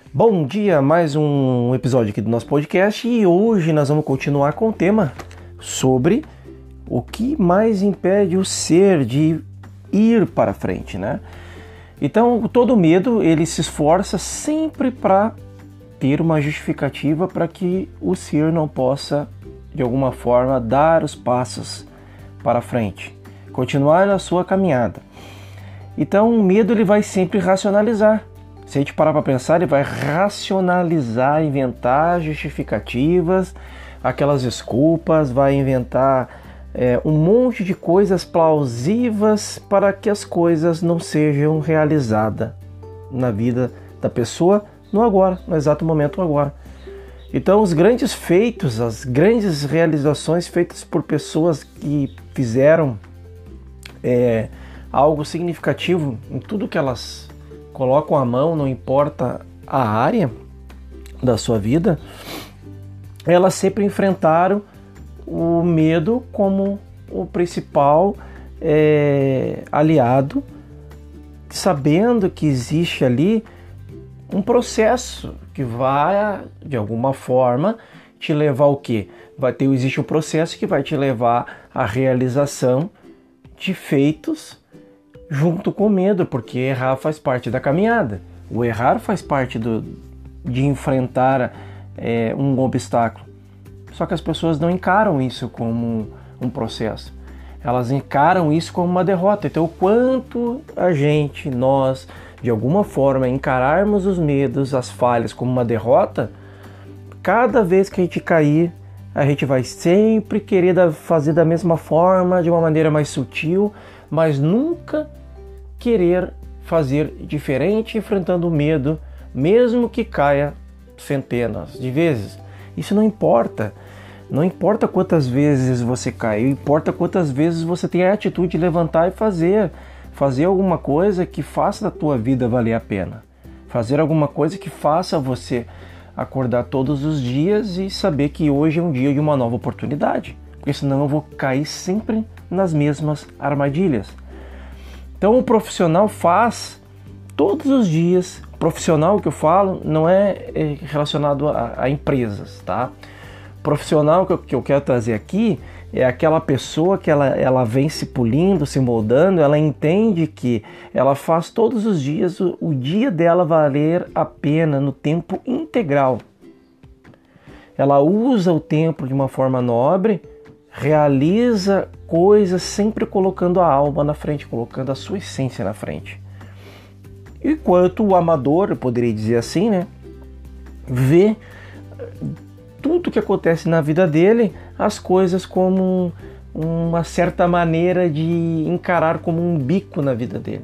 Bom dia, mais um episódio aqui do nosso podcast e hoje nós vamos continuar com o tema sobre o que mais impede o ser de ir para frente, né? Então, todo medo, ele se esforça sempre para ter uma justificativa para que o ser não possa, de alguma forma, dar os passos para frente, continuar na sua caminhada. Então, o medo ele vai sempre racionalizar. Se a gente parar para pensar, ele vai racionalizar, inventar justificativas, aquelas desculpas, vai inventar um monte de coisas plausíveis para que as coisas não sejam realizadas na vida da pessoa no agora, no exato momento agora. Então, os grandes feitos, as grandes realizações feitas por pessoas que fizeram algo significativo em tudo que elas colocam a mão, não importa a área da sua vida, elas sempre enfrentaram o medo como o principal aliado, sabendo que existe ali um processo que vai, de alguma forma, te levar ao quê? Existe um processo que vai te levar à realização de feitos junto com o medo, porque errar faz parte da caminhada. O errar faz parte de enfrentar um obstáculo. Só que as pessoas não encaram isso como um processo. Elas encaram isso como uma derrota. Então, o quanto nós, de alguma forma, encararmos os medos, as falhas como uma derrota, cada vez que a gente cair, a gente vai sempre querer fazer da mesma forma, de uma maneira mais sutil, mas nunca querer fazer diferente, enfrentando o medo, mesmo que caia centenas de vezes. Isso não importa. Não importa quantas vezes você caiu, importa quantas vezes você tem a atitude de levantar e fazer alguma coisa que faça da tua vida valer a pena. Fazer alguma coisa que faça você acordar todos os dias e saber que hoje é um dia de uma nova oportunidade, porque senão eu vou cair sempre nas mesmas armadilhas. Então o profissional faz todos os dias. O profissional que eu falo não é relacionado a empresas, tá? O profissional que eu quero trazer aqui é aquela pessoa que ela vem se polindo, se moldando, ela entende que ela faz todos os dias o dia dela valer a pena no tempo integral. Ela usa o tempo de uma forma nobre, realiza coisas sempre colocando a alma na frente, colocando a sua essência na frente. Enquanto o amador, eu poderia dizer assim, né, vê tudo que acontece na vida dele, as coisas como uma certa maneira de encarar como um bico na vida dele.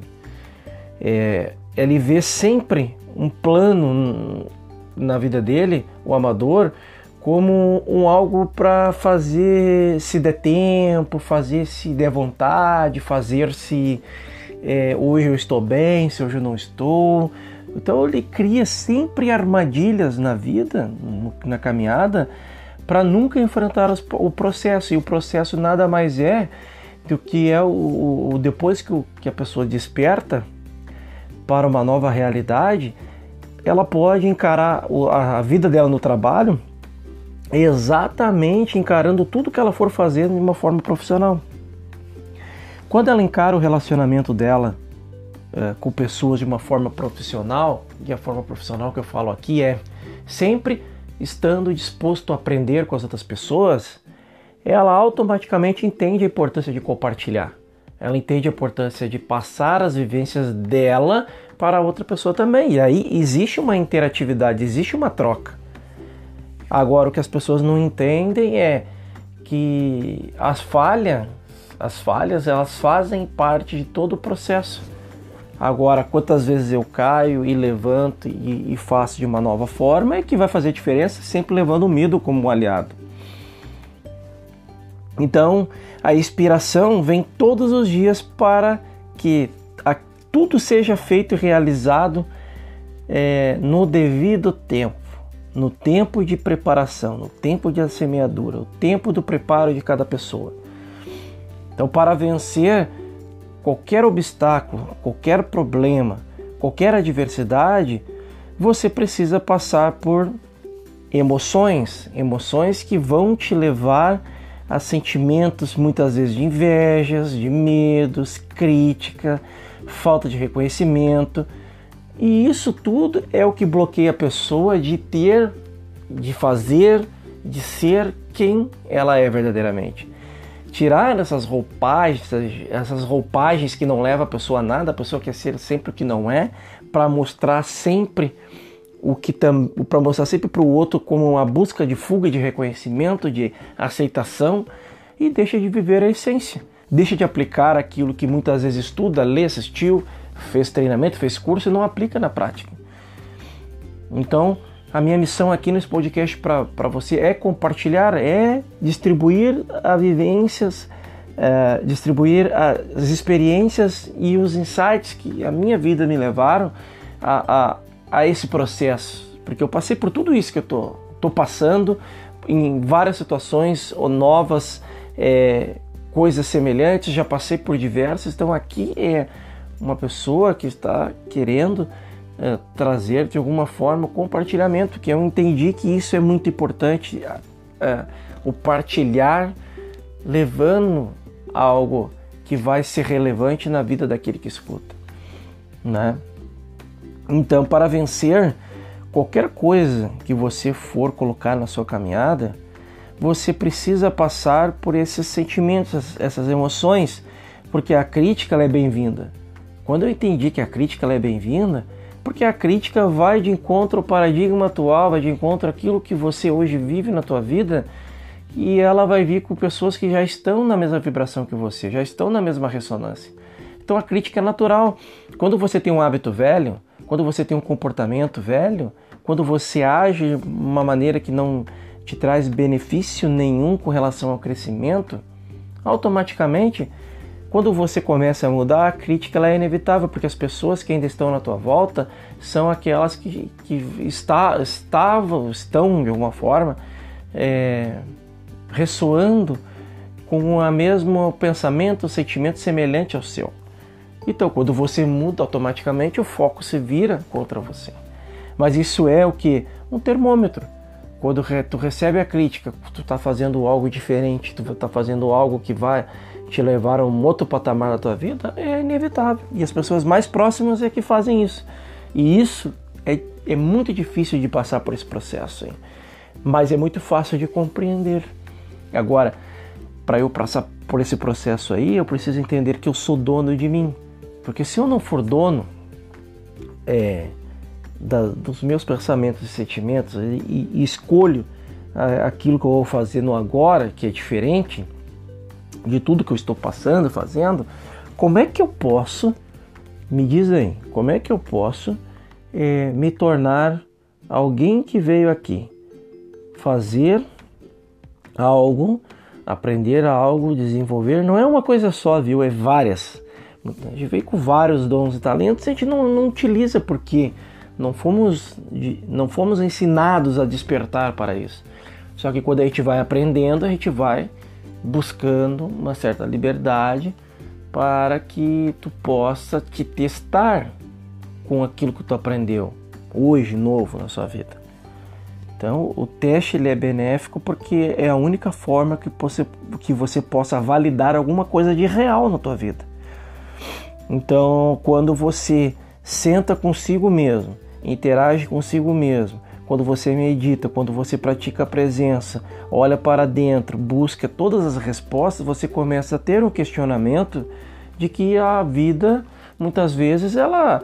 Ele vê sempre um plano na vida dele, o amador, como algo para fazer se der tempo, fazer se der vontade, fazer se hoje eu estou bem, se hoje eu não estou. Então ele cria sempre armadilhas na vida, na caminhada, para nunca enfrentar o processo. E o processo nada mais é do que depois que a pessoa desperta para uma nova realidade, ela pode encarar a vida dela no trabalho exatamente encarando tudo que ela for fazer de uma forma profissional. Quando ela encara o relacionamento dela com pessoas de uma forma profissional, e a forma profissional que eu falo aqui é sempre estando disposto a aprender com as outras pessoas, ela automaticamente entende a importância de compartilhar. Ela entende a importância de passar as vivências dela para outra pessoa também. E aí existe uma interatividade, existe uma troca. Agora, o que as pessoas não entendem é que as falhas elas fazem parte de todo o processo. Agora, quantas vezes eu caio e levanto e faço de uma nova forma é que vai fazer diferença, sempre levando o medo como um aliado. Então, a inspiração vem todos os dias para que tudo seja feito e realizado no devido tempo, no tempo de preparação, no tempo de semeadura, o tempo do preparo de cada pessoa. Então, para vencer qualquer obstáculo, qualquer problema, qualquer adversidade, você precisa passar por emoções que vão te levar a sentimentos muitas vezes de invejas, de medos, crítica, falta de reconhecimento. E isso tudo é o que bloqueia a pessoa de ter, de fazer, de ser quem ela é verdadeiramente. Tirar essas roupagens que não levam a pessoa a nada, a pessoa quer ser sempre o que não é, para mostrar sempre para mostrar sempre para o outro como uma busca de fuga, de reconhecimento, de aceitação, e deixa de viver a essência. Deixa de aplicar aquilo que muitas vezes estuda, lê, assistiu, fez treinamento, fez curso e não aplica na prática. Então, a minha missão aqui nesse podcast para você é compartilhar, é distribuir as vivências, distribuir as experiências e os insights que a minha vida me levaram a esse processo. Porque eu passei por tudo isso que eu tô passando em várias situações ou novas, coisas semelhantes, já passei por diversas. Então aqui é uma pessoa que está querendo trazer de alguma forma o compartilhamento, que eu entendi que isso é muito importante, o partilhar, levando algo que vai ser relevante na vida daquele que escuta, né? Então, para vencer qualquer coisa que você for colocar na sua caminhada, você precisa passar por esses sentimentos, essas emoções, porque a crítica ela é bem-vinda. Quando eu entendi que a crítica ela é bem-vinda, porque a crítica vai de encontro ao paradigma atual, vai de encontro àquilo que você hoje vive na tua vida, e ela vai vir com pessoas que já estão na mesma vibração que você, já estão na mesma ressonância. Então a crítica é natural. Quando você tem um hábito velho, quando você tem um comportamento velho, quando você age de uma maneira que não te traz benefício nenhum com relação ao crescimento, automaticamente, quando você começa a mudar, a crítica ela é inevitável, porque as pessoas que ainda estão na tua volta são aquelas que estão de alguma forma ressoando com o mesmo pensamento, sentimento semelhante ao seu. Então, quando você muda, automaticamente o foco se vira contra você. Mas isso é o que? Um termômetro. Quando tu recebe a crítica, tu está fazendo algo diferente, tu está fazendo algo que vai te levar a um outro patamar da tua vida, é inevitável. E as pessoas mais próximas é que fazem isso. E isso é muito difícil de passar por esse processo, hein? Mas é muito fácil de compreender. Agora, para eu passar por esse processo aí, eu preciso entender que eu sou dono de mim. Porque se eu não for dono dos meus pensamentos e sentimentos e escolho aquilo que eu vou fazer no agora, que é diferente de tudo que eu estou passando, fazendo, como é que eu posso, me diz aí, como é que eu posso me tornar alguém que veio aqui fazer algo, aprender algo, desenvolver? Não é uma coisa só, viu? É várias. A gente veio com vários dons e talentos, a gente não utiliza porque não fomos ensinados a despertar para isso. Só que quando a gente vai aprendendo, a gente vai buscando uma certa liberdade para que tu possa te testar com aquilo que tu aprendeu hoje, novo na sua vida. Então o teste ele é benéfico porque é a única forma que você possa validar alguma coisa de real na tua vida. Então, quando você senta consigo mesmo, interage consigo mesmo, quando você medita, quando você pratica a presença, olha para dentro, busca todas as respostas, você começa a ter um questionamento de que a vida, muitas vezes,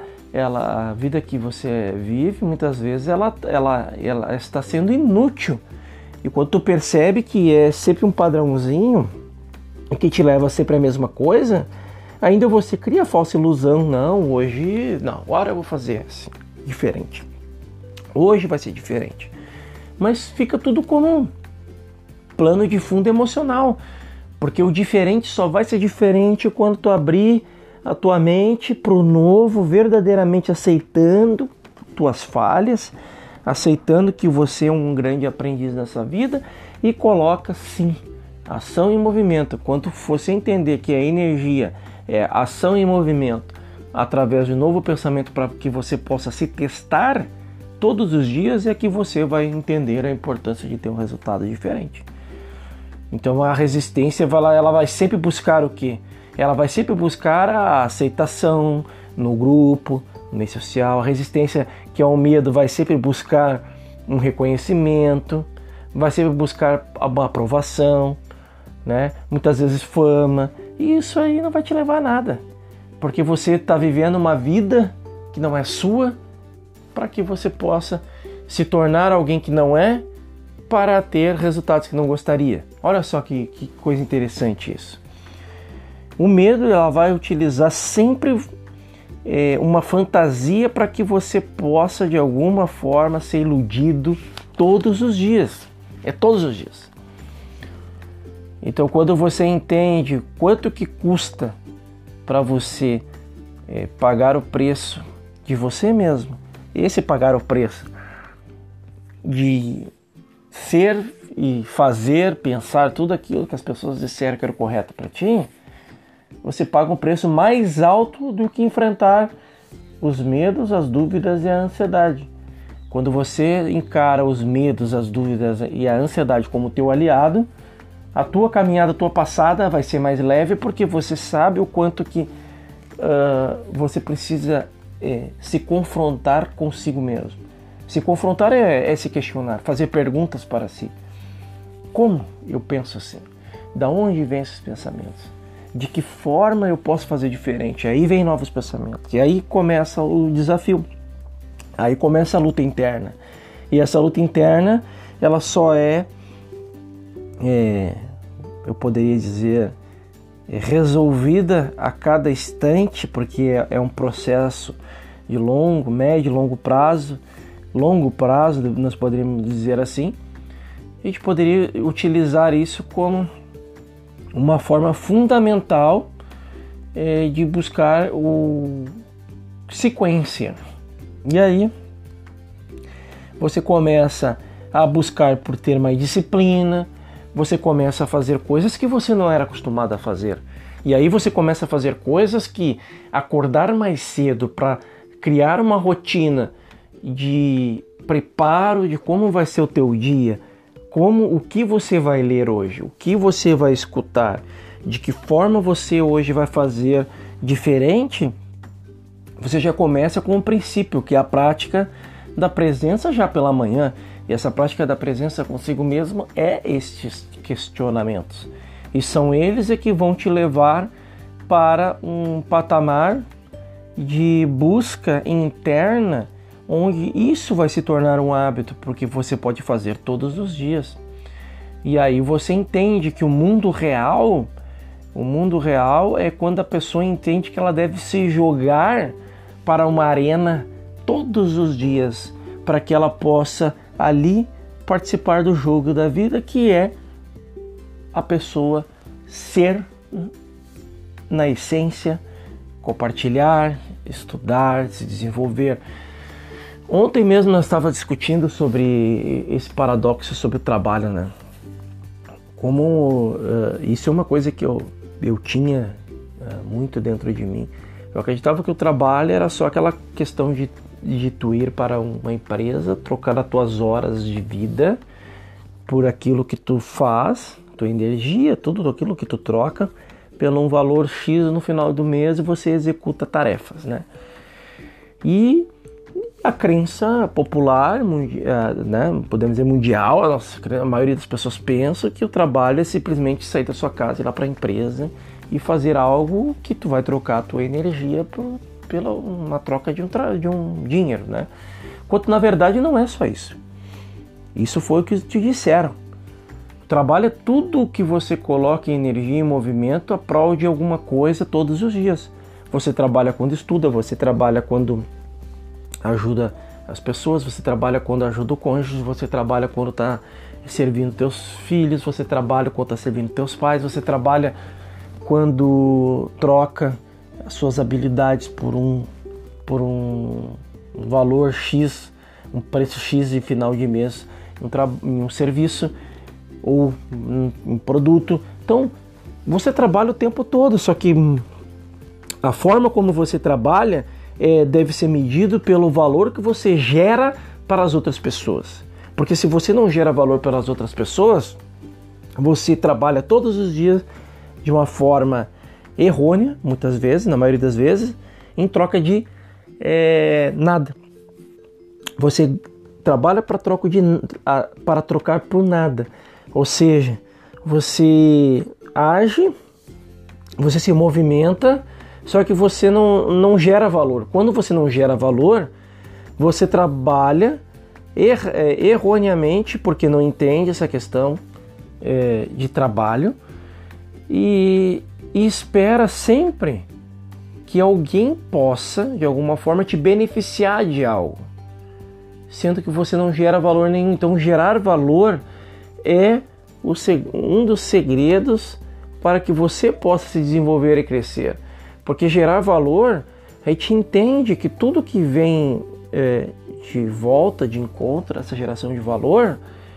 a vida que você vive, muitas vezes, ela está sendo inútil. E quando tu percebe que é sempre um padrãozinho, que te leva sempre a mesma coisa, ainda você cria a falsa ilusão. Não, agora eu vou fazer assim, diferente. Hoje vai ser diferente. Mas fica tudo como um plano de fundo emocional. Porque o diferente só vai ser diferente quando tu abrir a tua mente para o novo, verdadeiramente aceitando tuas falhas, aceitando que você é um grande aprendiz nessa vida e coloca sim ação em movimento. Quando você entender que a energia é ação em movimento através de novo pensamento para que você possa se testar todos os dias é que você vai entender a importância de ter um resultado diferente. Então a resistência ela vai sempre buscar o quê? Ela vai sempre buscar a aceitação no grupo, no meio social. A resistência, que é o medo, vai sempre buscar um reconhecimento, vai sempre buscar uma aprovação, né? Muitas vezes fama. E isso aí não vai te levar a nada, porque você está vivendo uma vida que não é sua, para que você possa se tornar alguém que não é, para ter resultados que não gostaria. Olha só que coisa interessante isso. O medo, ela vai utilizar sempre uma fantasia para que você possa de alguma forma ser iludido todos os dias. É todos os dias. Então quando você entende quanto que custa para você pagar o preço de você mesmo, esse pagar o preço de ser e fazer, pensar tudo aquilo que as pessoas disseram que era correto para ti, você paga um preço mais alto do que enfrentar os medos, as dúvidas e a ansiedade. Quando você encara os medos, as dúvidas e a ansiedade como teu aliado, a tua caminhada, a tua passada vai ser mais leve, porque você sabe o quanto que você precisa se confrontar consigo mesmo. Se confrontar é se questionar, fazer perguntas para si. Como eu penso assim? Da onde vêm esses pensamentos? De que forma eu posso fazer diferente? Aí vem novos pensamentos. E aí começa o desafio. Aí começa a luta interna. E essa luta interna, ela só eu poderia dizer, resolvida a cada instante, porque é um processo de longo, médio e longo prazo, nós poderíamos dizer assim. A gente poderia utilizar isso como uma forma fundamental de buscar sequência. E aí você começa a buscar por ter mais disciplina, você começa a fazer coisas que você não era acostumado a fazer. E aí você começa a fazer coisas que acordar mais cedo para criar uma rotina de preparo de como vai ser o teu dia, o que você vai ler hoje, o que você vai escutar, de que forma você hoje vai fazer diferente. Você já começa com um princípio, que é a prática da presença já pela manhã. E essa prática da presença consigo mesmo é estes questionamentos. E são eles que vão te levar para um patamar de busca interna, onde isso vai se tornar um hábito, porque você pode fazer todos os dias. E aí você entende que o mundo real é quando a pessoa entende que ela deve se jogar para uma arena todos os dias, para que ela possa ali participar do jogo da vida, que é a pessoa ser, na essência, compartilhar, estudar, se desenvolver. Ontem mesmo nós estávamos discutindo sobre esse paradoxo sobre o trabalho, né? Como isso é uma coisa que eu tinha muito dentro de mim. Eu acreditava que o trabalho era só aquela questão de tu ir para uma empresa, trocar as tuas horas de vida por aquilo que tu faz, tua energia, tudo aquilo que tu troca, pelo um valor X no final do mês, e você executa tarefas, né? E a crença popular, né, podemos dizer mundial, a maioria das pessoas pensa que o trabalho é simplesmente sair da sua casa, ir lá para a empresa e fazer algo que tu vai trocar a tua energia pela uma troca de um dinheiro, né? Quanto na verdade não é só isso. Isso foi o que te disseram. O trabalho é tudo o que você coloca em energia e movimento a prol de alguma coisa todos os dias. Você trabalha quando estuda, você trabalha quando ajuda as pessoas, você trabalha quando ajuda o cônjuge, você trabalha quando está servindo teus filhos, você trabalha quando está servindo teus pais, você trabalha quando troca as suas habilidades por um valor X, um preço X de final de mês em um serviço ou um produto. Então você trabalha o tempo todo, só que a forma como você trabalha deve ser medido pelo valor que você gera para as outras pessoas. Porque se você não gera valor para as outras pessoas, você trabalha todos os dias de uma forma errônea, muitas vezes, na maioria das vezes, em troca de nada. Você trabalha para trocar por nada. Ou seja, você age, você se movimenta, só que você não gera valor. Quando você não gera valor, você trabalha erroneamente, porque não entende essa questão de trabalho, e espera sempre que alguém possa, de alguma forma, te beneficiar de algo, sendo que você não gera valor nenhum. Então, gerar valor é um dos segredos para que você possa se desenvolver e crescer. Porque gerar valor, a gente entende que tudo que vem de volta, de encontro, essa geração de valor,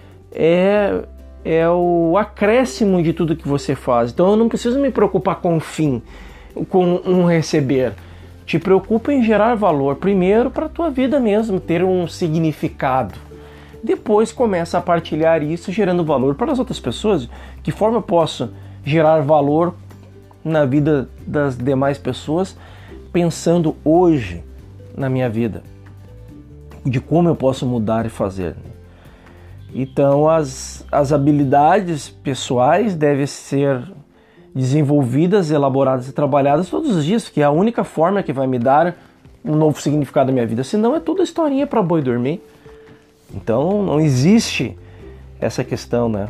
é o acréscimo de tudo que você faz. Então eu não preciso me preocupar com o fim, com um receber. Te preocupa em gerar valor, primeiro para a tua vida mesmo, ter um significado. Depois começa a partilhar isso, gerando valor para as outras pessoas. Que forma eu posso gerar valor na vida das demais pessoas, pensando hoje na minha vida, de como eu posso mudar e fazer. Então as habilidades pessoais devem ser desenvolvidas, elaboradas e trabalhadas todos os dias, porque é a única forma que vai me dar um novo significado na minha vida. Senão é tudo historinha para boi dormir. Então não existe essa questão, né?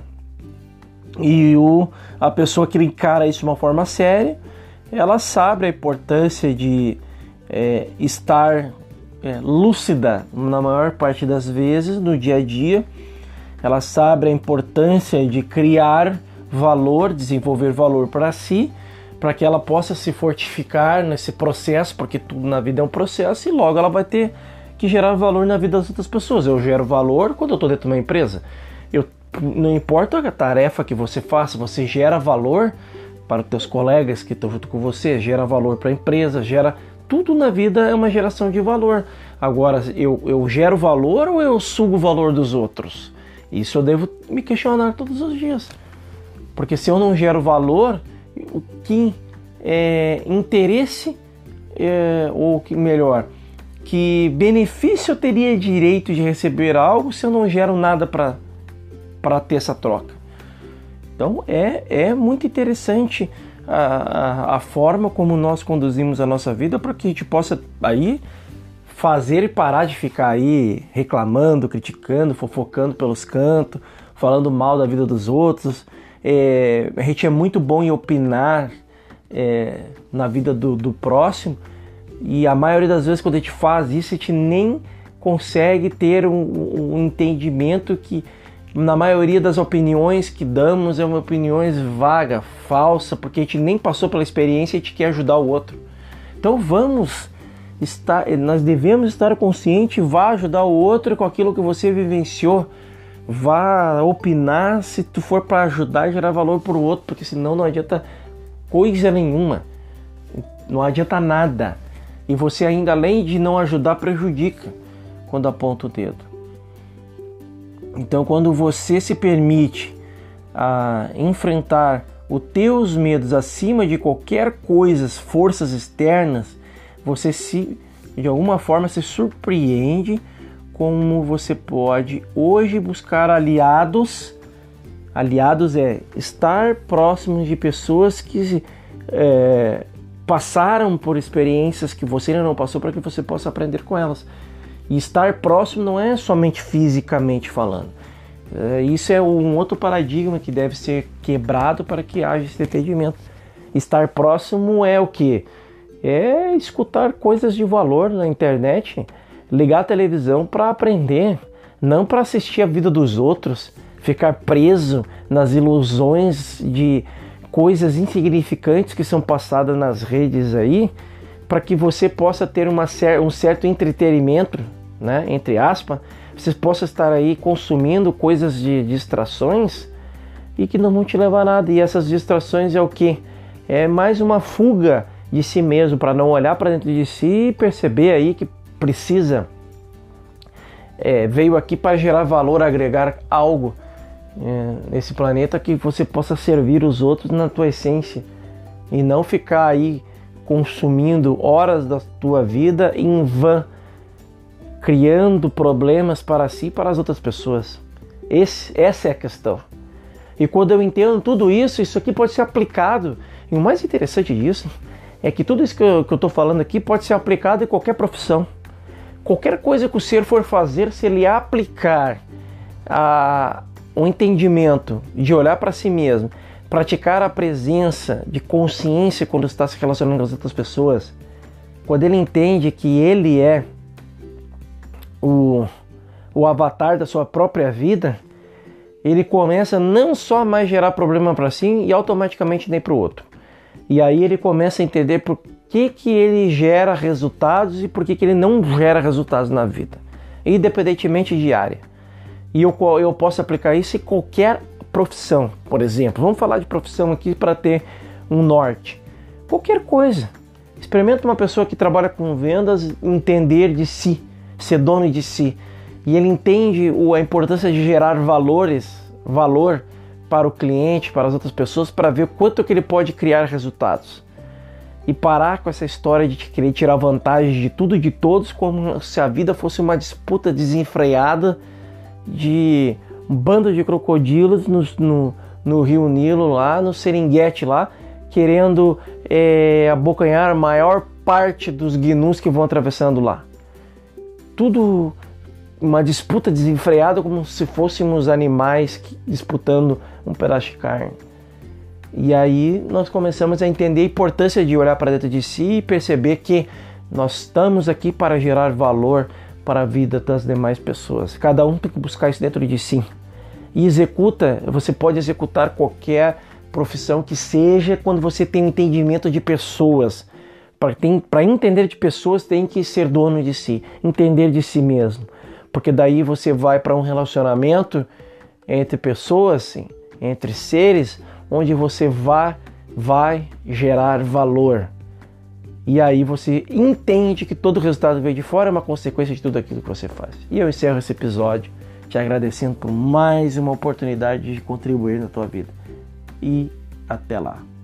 E a pessoa que encara isso de uma forma séria, ela sabe a importância de estar lúcida na maior parte das vezes no dia a dia. Ela sabe a importância de criar valor, desenvolver valor para si, para que ela possa se fortificar nesse processo, porque tudo na vida é um processo, e logo ela vai ter que gerar valor na vida das outras pessoas. Eu gero valor quando eu estou dentro de uma empresa. Não importa a tarefa que você faça, você gera valor para os teus colegas que estão junto com você, gera valor para a empresa, tudo na vida é uma geração de valor. Agora, eu gero valor ou eu sugo o valor dos outros? Isso eu devo me questionar todos os dias. Porque se eu não gero valor, que interesse, ou que melhor, que benefício eu teria direito de receber algo se eu não gero nada para ter essa troca? Então é muito interessante a forma como nós conduzimos a nossa vida, para que a gente possa aí fazer e parar de ficar aí reclamando, criticando, fofocando pelos cantos, falando mal da vida dos outros. A gente é muito bom em opinar na vida do próximo, e a maioria das vezes quando a gente faz isso, a gente nem consegue ter um entendimento que na maioria das opiniões que damos é uma opiniões vaga, falsa, porque a gente nem passou pela experiência e a gente quer ajudar o outro. Então nós devemos estar conscientes, vá ajudar o outro com aquilo que você vivenciou, vá opinar se tu for para ajudar e gerar valor para o outro, porque senão não adianta coisa nenhuma, não adianta nada, e você ainda, além de não ajudar, prejudica quando aponta o dedo. Então, quando você se permite enfrentar os teus medos acima de qualquer coisa, forças externas, você de alguma forma se surpreende como você pode hoje buscar aliados. Aliados é estar próximo de pessoas que passaram por experiências que você ainda não passou, para que você possa aprender com elas. E estar próximo não é somente fisicamente falando. Isso é um outro paradigma que deve ser quebrado para que haja esse entendimento. Estar próximo é o quê? É escutar coisas de valor na internet, ligar a televisão para aprender, não para assistir a vida dos outros, ficar preso nas ilusões de coisas insignificantes que são passadas nas redes aí, para que você possa ter um certo entretenimento, né, entre aspas, você possa estar aí consumindo coisas de distrações e que não vão te levar a nada. E essas distrações é o quê? É mais uma fuga de si mesmo, para não olhar para dentro de si e perceber aí que precisa veio aqui para gerar valor, agregar algo nesse planeta que você possa servir os outros na tua essência e não ficar aí consumindo horas da tua vida em vão, criando problemas para si e para as outras pessoas. Essa é a questão. E quando eu entendo tudo isso, isso aqui pode ser aplicado. E o mais interessante disso é que tudo isso que eu estou falando aqui pode ser aplicado em qualquer profissão. Qualquer coisa que o ser for fazer, se ele aplicar um entendimento de olhar para si mesmo, praticar a presença de consciência quando está se relacionando com as outras pessoas, quando ele entende que ele é o avatar da sua própria vida, ele começa não só a mais gerar problema para si e automaticamente nem para o outro. E aí ele começa a entender por que ele gera resultados e por que ele não gera resultados na vida, independentemente de área. E eu posso aplicar isso em qualquer profissão, por exemplo. Vamos falar de profissão aqui para ter um norte. Qualquer coisa. Experimenta uma pessoa que trabalha com vendas entender de si, ser dono de si. E ele entende a importância de gerar valor para o cliente, para as outras pessoas, para ver quanto que ele pode criar resultados. E parar com essa história de querer tirar vantagem de tudo e de todos, como se a vida fosse uma disputa desenfreada de um bando de crocodilos no Rio Nilo, lá no Serengeti, lá, querendo abocanhar a maior parte dos gnuns que vão atravessando lá. Tudo uma disputa desenfreada, como se fôssemos animais disputando um pedaço de carne. E aí nós começamos a entender a importância de olhar para dentro de si e perceber que nós estamos aqui para gerar valor para a vida das demais pessoas. Cada um tem que buscar isso dentro de si. E você pode executar qualquer profissão que seja quando você tem um entendimento de pessoas. Para entender de pessoas tem que ser dono de si, entender de si mesmo. Porque daí você vai para um relacionamento entre pessoas, assim, entre seres, onde você vai gerar valor. E aí você entende que todo o resultado veio de fora, é uma consequência de tudo aquilo que você faz. E eu encerro esse episódio te agradecendo por mais uma oportunidade de contribuir na tua vida. E até lá.